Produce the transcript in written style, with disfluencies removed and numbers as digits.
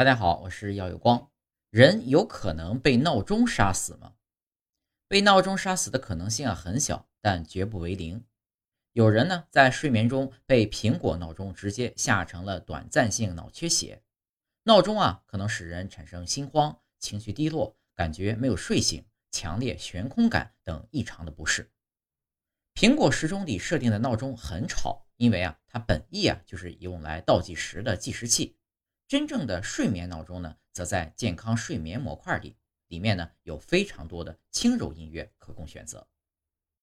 大家好，我是耀有光。人有可能被闹钟杀死吗？被闹钟杀死的可能性很小，但绝不为零。有人呢在睡眠中被苹果闹钟直接吓成了短暂性脑缺血。闹钟可能使人产生心慌、情绪低落、感觉没有睡醒、强烈悬空感等异常的不适。苹果时钟里设定的闹钟很吵，因为它本意就是用来倒计时的计时器。真正的睡眠闹钟呢，则在健康睡眠模块里，里面呢有非常多的轻柔音乐可供选择。